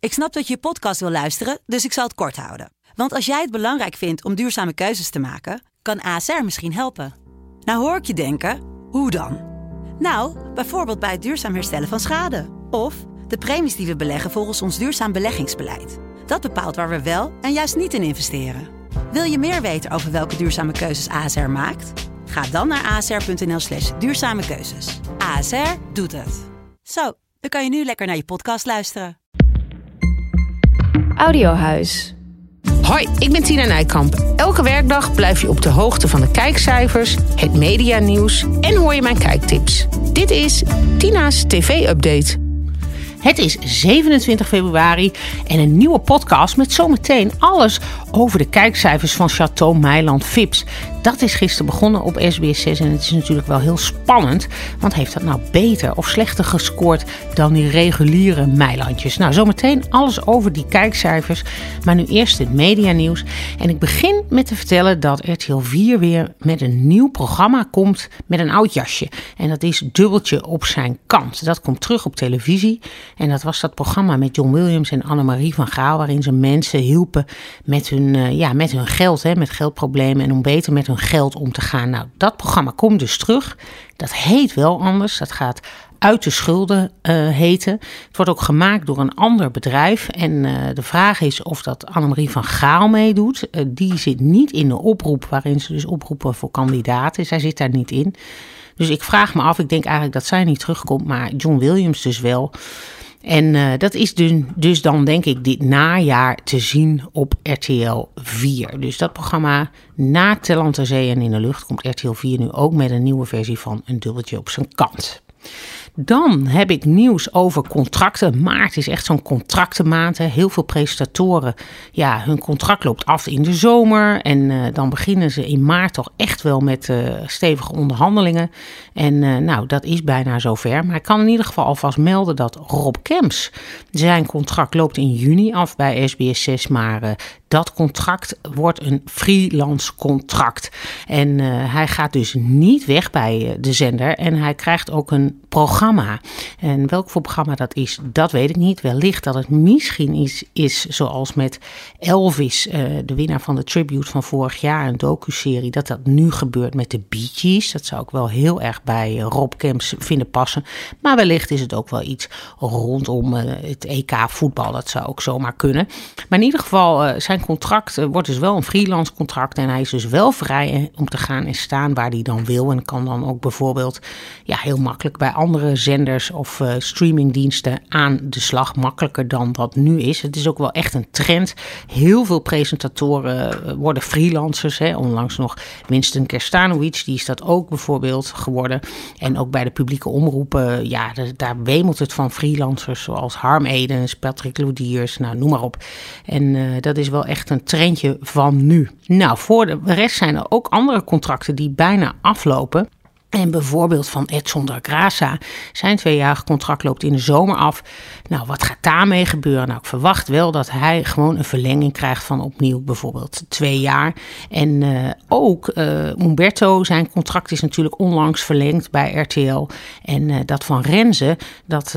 Ik snap dat je podcast wil luisteren, dus ik zal het kort houden. Want als jij het belangrijk vindt om duurzame keuzes te maken, kan ASR misschien helpen. Nou hoor ik je denken, hoe dan? Nou, bijvoorbeeld bij het duurzaam herstellen van schade. Of de premies die we beleggen volgens ons duurzaam beleggingsbeleid. Dat bepaalt waar we wel en juist niet in investeren. Wil je meer weten over welke duurzame keuzes ASR maakt? Ga dan naar asr.nl/duurzame keuzes. ASR doet het. Zo, dan kan je nu lekker naar je podcast luisteren. Audiohuis. Hoi, ik ben Tina Nijkamp. Elke werkdag blijf je op de hoogte van de kijkcijfers, het medianieuws en hoor je mijn kijktips. Dit is Tina's TV-update. Het is 27 februari en een nieuwe podcast met zometeen alles over de kijkcijfers van Château Meiland Vips. Dat is gisteren begonnen op SBS6 en het is natuurlijk wel heel spannend. Want heeft dat nou beter of slechter gescoord dan die reguliere Meilandjes? Nou, zometeen alles over die kijkcijfers. Maar nu eerst het medianieuws. En ik begin met te vertellen dat RTL 4 weer met een nieuw programma komt met een oud jasje. En dat is Dubbeltje op zijn kant. Dat komt terug op televisie. En dat was dat programma met John Williams en Annemarie van Gaal, waarin ze mensen hielpen met hun geld, met geldproblemen en om beter met hun geld om te gaan. Nou, dat programma komt dus terug. Dat heet wel anders. Dat gaat Uit de Schulden heten. Het wordt ook gemaakt door een ander bedrijf. En de vraag is of dat Annemarie van Gaal meedoet. Die zit niet in de oproep waarin ze dus oproepen voor kandidaten. Zij zit daar niet in. Dus ik vraag me af, ik denk eigenlijk dat zij niet terugkomt, maar John Williams dus wel. En dat is dus dan denk ik dit najaar te zien op RTL 4. Dus dat programma na Telland ter Zee en in de lucht komt RTL 4 nu ook met een nieuwe versie van Een Dubbeltje op zijn kant. Dan heb ik nieuws over contracten. Maart is echt zo'n contractenmaand. Heel veel presentatoren, hun contract loopt af in de zomer. En dan beginnen ze in maart toch echt wel met stevige onderhandelingen. En dat is bijna zover. Maar ik kan in ieder geval alvast melden dat Rob Kemps, zijn contract loopt in juni af bij SBS6. Maar dat contract wordt een freelance contract. En hij gaat dus niet weg bij de zender. En hij krijgt ook een programma. En welk voor programma dat is, dat weet ik niet. Wellicht dat het misschien is zoals met Elvis, de winnaar van de Tribute van vorig jaar, een docuserie, dat nu gebeurt met de Bee Gees. Dat zou ik wel heel erg bij Rob Kemps vinden passen. Maar wellicht is het ook wel iets rondom het EK voetbal. Dat zou ook zomaar kunnen. Maar in ieder geval, zijn contract wordt dus wel een freelance contract. En hij is dus wel vrij om te gaan en staan waar hij dan wil. En kan dan ook bijvoorbeeld heel makkelijk bij andere zenders of streamingdiensten aan de slag. Makkelijker dan dat nu is. Het is ook wel echt een trend. Heel veel presentatoren worden freelancers. Onlangs nog Winston Kerstanovic, die is dat ook bijvoorbeeld geworden. En ook bij de publieke omroepen, daar wemelt het van freelancers zoals Harm Edens, Patrick Lodiers, noem maar op. En dat is wel echt een trendje van nu. Nou, voor de rest zijn er ook andere contracten die bijna aflopen. En bijvoorbeeld van Edson da Graça. Zijn 2-jarig contract loopt in de zomer af. Nou, wat gaat daarmee gebeuren? Nou, ik verwacht wel dat hij gewoon een verlenging krijgt van opnieuw bijvoorbeeld 2 jaar. En ook Umberto, zijn contract is natuurlijk onlangs verlengd bij RTL. En dat van Renze, dat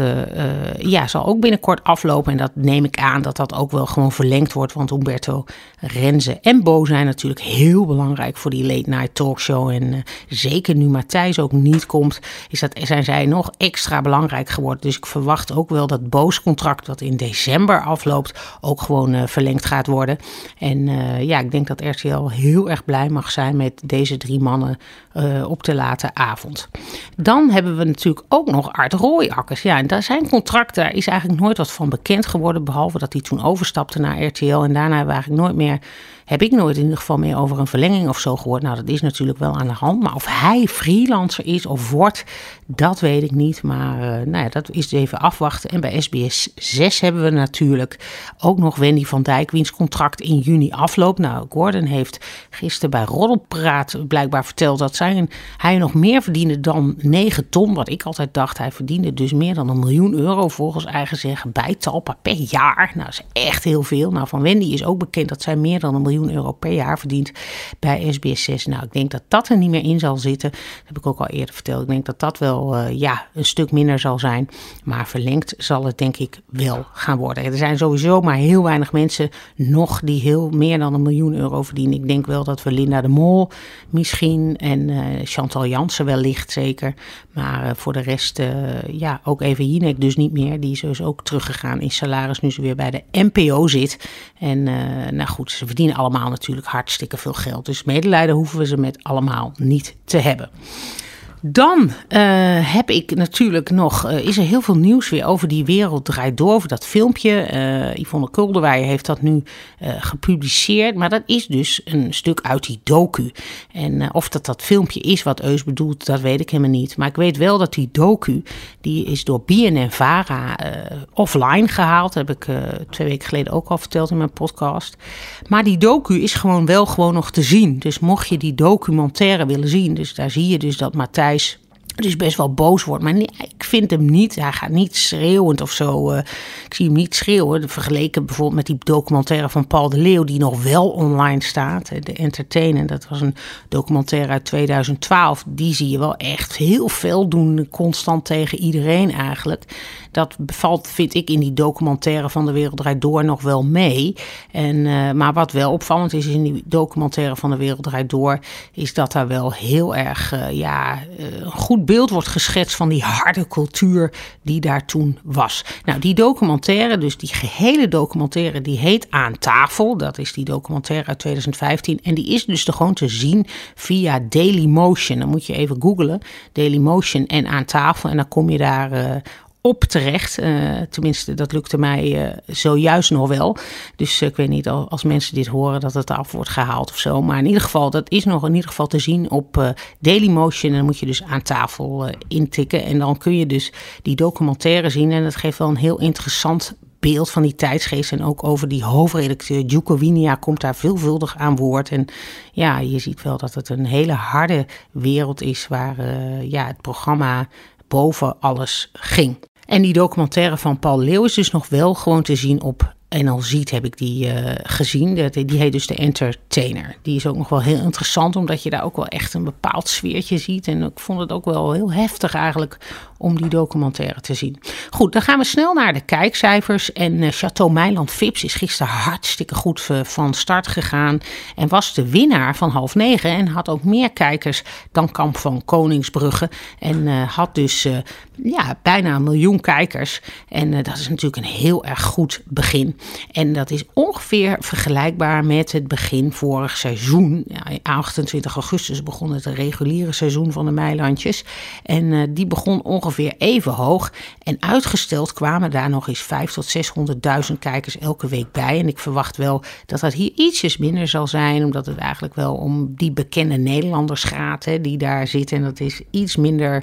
zal ook binnenkort aflopen. En dat neem ik aan dat dat ook wel gewoon verlengd wordt. Want Umberto, Renze en Bo zijn natuurlijk heel belangrijk voor die late night talkshow. En zeker nu Matthijs ook niet komt, zijn zij nog extra belangrijk geworden. Dus ik verwacht ook wel dat Bo's contract, dat in december afloopt, ook gewoon verlengd gaat worden. En ik denk dat RTL heel erg blij mag zijn met deze 3 mannen op de late avond. Dan hebben we natuurlijk ook nog Art Rooijakkers. Ja, en daar zijn contract, daar is eigenlijk nooit wat van bekend geworden, behalve dat hij toen overstapte naar RTL. En daarna hebben we eigenlijk heb ik nooit in ieder geval meer over een verlenging of zo gehoord. Nou, dat is natuurlijk wel aan de hand. Maar of hij freelancer is of wordt, dat weet ik niet. Maar dat is even afwachten. En bij SBS 6 hebben we natuurlijk ook nog Wendy van Dijk, wiens contract in juni afloopt. Nou, Gordon heeft gisteren bij Roddelpraat blijkbaar verteld dat hij nog meer verdiende dan 9 ton. Wat ik altijd dacht, hij verdiende dus meer dan €1 miljoen volgens eigen zeggen bij Talpa per jaar. Nou, dat is echt heel veel. Nou, van Wendy is ook bekend dat zij meer dan €1 miljoen per jaar verdient bij SBS6. Nou, ik denk dat dat er niet meer in zal zitten. Dat heb ik ik ook al eerder verteld. Ik denk dat dat wel een stuk minder zal zijn. Maar verlengd zal het denk ik wel gaan worden. Er zijn sowieso maar heel weinig mensen nog die heel meer dan €1 miljoen verdienen. Ik denk wel dat we Linda de Mol misschien en Chantal Jansen wellicht zeker. Maar voor de rest ook even Jinek dus niet meer. Die is dus ook teruggegaan in salaris nu ze weer bij de NPO zit. En ze verdienen allemaal natuurlijk hartstikke veel geld. Dus medelijden hoeven we ze met allemaal niet te hebben. Dan heb ik natuurlijk nog, is er heel veel nieuws weer over Die Wereld Draait Door, over dat filmpje. Yvonne Kolderweijer heeft dat nu gepubliceerd, maar dat is dus een stuk uit die docu. En of dat filmpje is wat Eus bedoelt, dat weet ik helemaal niet. Maar ik weet wel dat die docu, die is door BNN-Vara offline gehaald. Dat heb ik 2 weken geleden ook al verteld in mijn podcast. Maar die docu is gewoon nog te zien. Dus mocht je die documentaire willen zien, dus daar zie je dus dat Matthijs dus best wel boos wordt. Maar nee, ik vind hem niet. Hij gaat niet schreeuwend of zo. Ik zie hem niet schreeuwen. Vergeleken bijvoorbeeld met die documentaire van Paul de Leeuw, die nog wel online staat. De Entertainer. Dat was een documentaire uit 2012. Die zie je wel echt heel veel doen. Constant tegen iedereen eigenlijk. Dat bevalt, vind ik, in die documentaire van De Wereld Draait Door nog wel mee. Maar wat wel opvallend is in die documentaire van De Wereld Draait Door, is dat daar wel heel erg een goed beeld wordt geschetst van die harde cultuur die daar toen was. Nou, die documentaire, dus die gehele documentaire, die heet Aan Tafel. Dat is die documentaire uit 2015. En die is dus gewoon te zien via Dailymotion. Dan moet je even googlen, Dailymotion en Aan Tafel. En dan kom je daar op terecht. Tenminste, dat lukte mij zojuist nog wel. Dus ik weet niet als mensen dit horen dat het af wordt gehaald of zo. Maar in ieder geval, dat is nog in ieder geval te zien op Dailymotion. En dan moet je dus Aan Tafel intikken. En dan kun je dus die documentaire zien. En dat geeft wel een heel interessant beeld van die tijdsgeest. En ook over die hoofdredacteur Djoeko Winia komt daar veelvuldig aan woord. En ja, je ziet wel dat het een hele harde wereld is waar het programma boven alles ging. En die documentaire van Paul Leeuw is dus nog wel gewoon te zien op NL Ziet, heb ik die gezien. Die heet dus de Entertainer. Die is ook nog wel heel interessant, omdat je daar ook wel echt een bepaald sfeertje ziet. En ik vond het ook wel heel heftig eigenlijk om die documentaire te zien. Goed, dan gaan we snel naar de kijkcijfers. En Château Meiland Vips is gisteren hartstikke goed van start gegaan. En was de winnaar van 20:30. En had ook meer kijkers dan Kamp van Koningsbrugge. En had dus bijna 1 miljoen kijkers. En dat is natuurlijk een heel erg goed begin. En dat is ongeveer vergelijkbaar met het begin vorig seizoen. Ja, 28 augustus begon het reguliere seizoen van de Meilandjes. En die begon ongeveer even hoog. En uitgesteld kwamen daar nog eens 500.000 tot 600.000 kijkers elke week bij. En ik verwacht wel dat dat hier ietsjes minder zal zijn. Omdat het eigenlijk wel om die bekende Nederlanders gaat, die daar zitten. En dat is iets minder,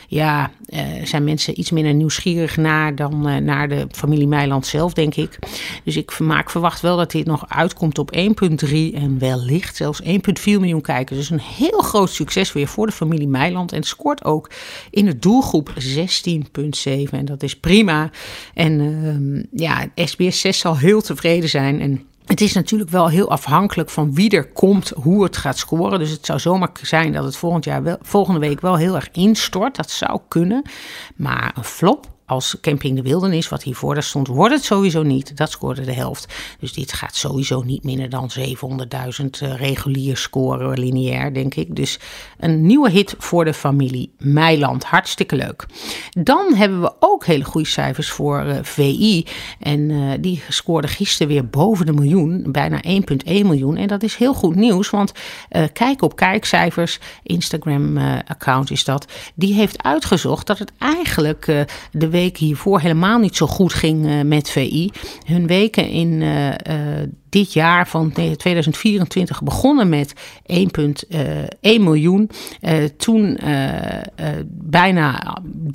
zijn mensen iets minder nieuwsgierig naar dan naar de familie Meiland zelf, denk ik. Dus ik verwacht wel dat dit nog uitkomt op 1,3 en wellicht zelfs 1,4 miljoen kijkers. Dus een heel groot succes weer voor de familie Meiland. En scoort ook in de doelgroep 16,7. En dat is prima. En SBS 6 zal heel tevreden zijn. En het is natuurlijk wel heel afhankelijk van wie er komt, hoe het gaat scoren. Dus het zou zomaar zijn dat het volgende week wel heel erg instort. Dat zou kunnen. Maar een flop als Camping de Wildernis, wat hiervoor daar stond, wordt het sowieso niet. Dat scoorde de helft. Dus dit gaat sowieso niet minder dan 700.000 regulier scoren, lineair, denk ik. Dus een nieuwe hit voor de familie Meiland. Hartstikke leuk. Dan hebben we ook hele goede cijfers voor VI. En die scoorde gisteren weer boven de miljoen. Bijna 1,1 miljoen. En dat is heel goed nieuws, want kijk op kijkcijfers, Instagram-account is dat, die heeft uitgezocht dat het eigenlijk de week hiervoor helemaal niet zo goed ging met VI. Hun weken in dit jaar van 2024 begonnen met 1,1 miljoen. Toen bijna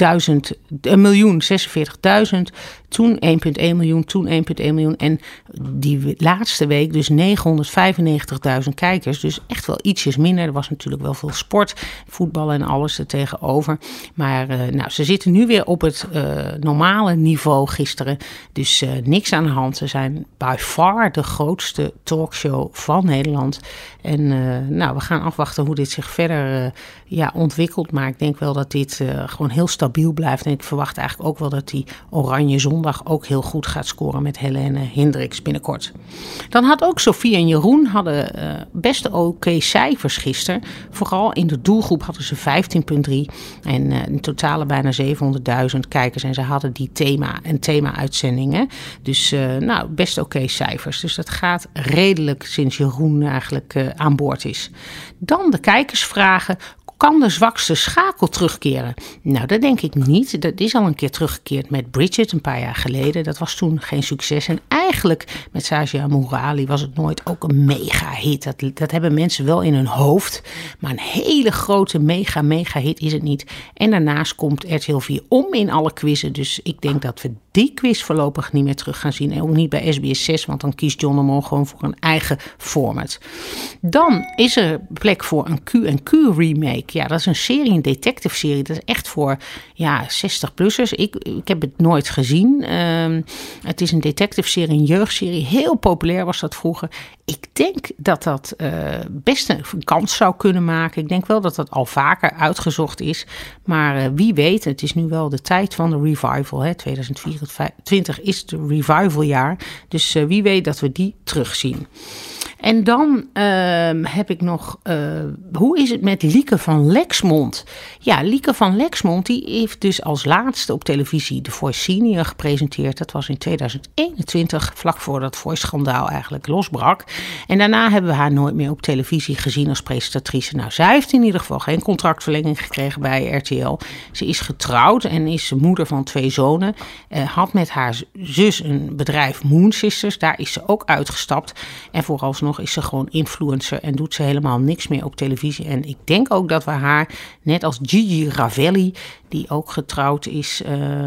1.046.000. Toen 1,1 miljoen, toen 1,1 miljoen. En die laatste week dus 995.000 kijkers. Dus echt wel ietsjes minder. Er was natuurlijk wel veel sport, voetbal en alles er tegenover. Maar ze zitten nu weer op het normale niveau gisteren. Dus niks aan de hand. Ze zijn by far de grootste grootste talkshow van Nederland. En we gaan afwachten hoe dit zich verder ontwikkelt. Maar ik denk wel dat dit gewoon heel stabiel blijft. En ik verwacht eigenlijk ook wel dat die Oranje Zondag ook heel goed gaat scoren met Helene Hendricks binnenkort. Dan had ook Sophie en Jeroen hadden best oké cijfers gisteren. Vooral in de doelgroep hadden ze 15,3 en in totale bijna 700.000 kijkers. En ze hadden die thema-uitzendingen. Dus best oké cijfers. Dus dat gaat redelijk sinds Jeroen eigenlijk aan boord is. Dan de kijkersvragen. Kan de zwakste schakel terugkeren? Nou, dat denk ik niet. Dat is al een keer teruggekeerd met Bridget een paar jaar geleden. Dat was toen geen succes. En eigenlijk met Sagia Mourali was het nooit ook een mega hit. Dat hebben mensen wel in hun hoofd. Maar een hele grote mega hit is het niet. En daarnaast komt RTL 4 om in alle quizzen. Dus ik denk dat we die quiz voorlopig niet meer terug gaan zien. En ook niet bij SBS 6, want dan kiest John de Mol gewoon voor een eigen format. Dan is er plek voor een Q&Q remake. Ja, dat is een serie, een detective serie. Dat is echt voor 60-plussers. Ik heb het nooit gezien. Het is een detective serie, een jeugdserie. Heel populair was dat vroeger. Ik denk dat dat best een kans zou kunnen maken. Ik denk wel dat dat al vaker uitgezocht is. Maar wie weet, het is nu wel de tijd van de revival. 2024 is het revivaljaar. Dus wie weet dat we die terugzien. En dan heb ik nog, hoe is het met Lieke van Lexmond? Ja, Lieke van Lexmond die heeft dus als laatste op televisie The Voice Senior gepresenteerd. Dat was in 2021, vlak voordat het Voice-schandaal eigenlijk losbrak. En daarna hebben we haar nooit meer op televisie gezien als presentatrice. Nou, zij heeft in ieder geval geen contractverlenging gekregen bij RTL. Ze is getrouwd en is moeder van 2 zonen. Had met haar zus een bedrijf Moon Sisters. Daar is ze ook uitgestapt. En vooralsnog is ze gewoon influencer en doet ze helemaal niks meer op televisie. En ik denk ook dat we haar, net als Gigi Ravelli, die ook getrouwd is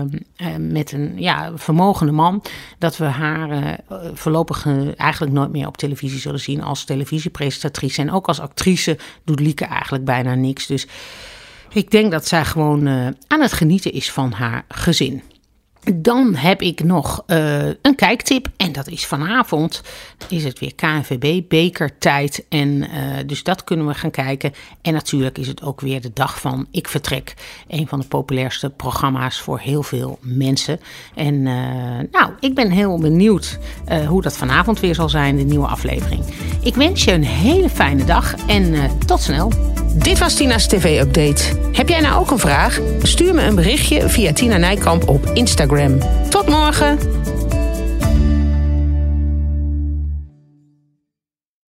met een vermogende man, dat we haar voorlopig eigenlijk nooit meer op televisie zullen zien als televisiepresentatrice. En ook als actrice doet Lieke eigenlijk bijna niks. Dus ik denk dat zij gewoon aan het genieten is van haar gezin. Dan heb ik nog een kijktip en dat is vanavond is het weer KNVB bekertijd en dus dat kunnen we gaan kijken. En natuurlijk is het ook weer de dag van Ik Vertrek, een van de populairste programma's voor heel veel mensen. En ik ben heel benieuwd hoe dat vanavond weer zal zijn, de nieuwe aflevering. Ik wens je een hele fijne dag en tot snel. Dit was Tina's TV-update. Heb jij nou ook een vraag? Stuur me een berichtje via Tina Nijkamp op Instagram. Tot morgen!